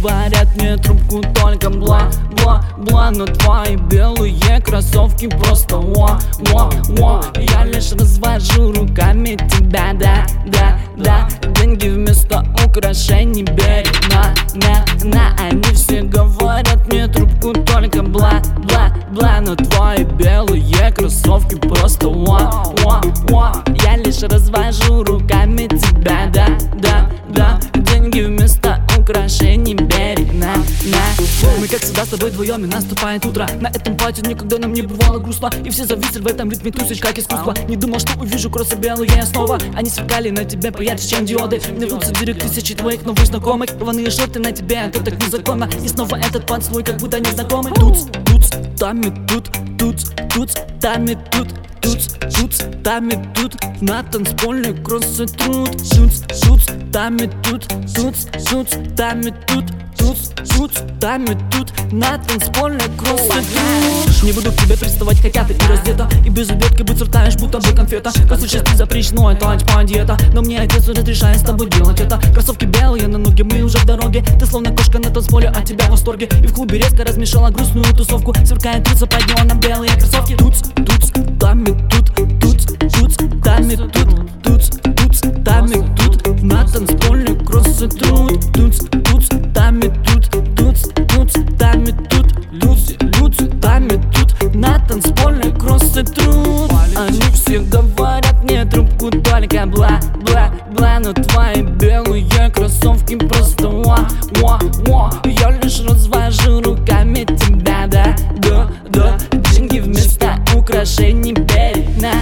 говорят мне трубку только бла-бла-бла. Но твои белые кроссовки просто ва-ва-ва. Я лишь развожу руками тебя, да-да-да. Деньги вместо украшений бери на. Они все говорят мне трубку только бла-бла-бла. Но твои белые кроссовки просто ва-ва-ва. Я лишь развожу руками тебя, да-да-да. Деньги вместо украшений бери на. Мы как всегда с тобой вдвоем, и наступает утро. На этом пати никогда нам не бывало грустно. И все зависли в этом ритме, тусишь как искусство. Не думал, что увижу кроссы белые снова. Они сверкали на тебе поярче, чем диоды. Мне рвутся директ тысячи твоих новых знакомых. Рваные шорты на тебе, это так незаконно. И снова этот поцелуй, как будто незнакомый. Туц, тами тут, тами тут. Тами тут, на танцполе кроссы труд. Тами тут, тами тут, тами тут, на танцполе кроссы труд. Не буду к тебе приставать, хотя ты и раздета, и без обедки будь сортаешь, будто бы конфета. Послушать запрещено, это антипандиета, но мне отец разрешает с тобой делать это. Кроссовки белые на ноге, мы уже в дороге. Ты словно кошка на танцполе, от тебя в восторге. И в клубе резко размешала грустную тусовку. Сверкает труд, под неоном белые кроссовки. Тами тут, тами тут, тами тут, на танцполе кроссы труд. Тами тут, тами тут, тами тут, на танцполе кроссы труд. Они все говорят мне трубку только бла-бла-бла. Но твои белые кроссовки просто ва-ва-ва. Я лишь развожу руками тебя, да-да-да. Деньги вместо украшений бери на.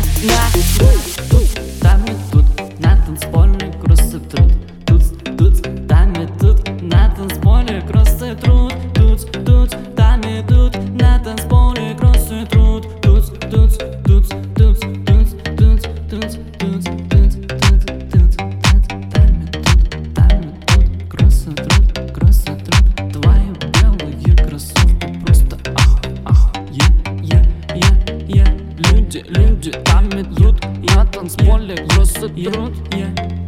Тами тут, на танцполе кроссы труд. Тами тут, на танцполе кроссы труд. Тами тут, на танцполе кроссы труд. Твои белые кроссовки просто Люди, тами тут, на танцполе кроссы труд.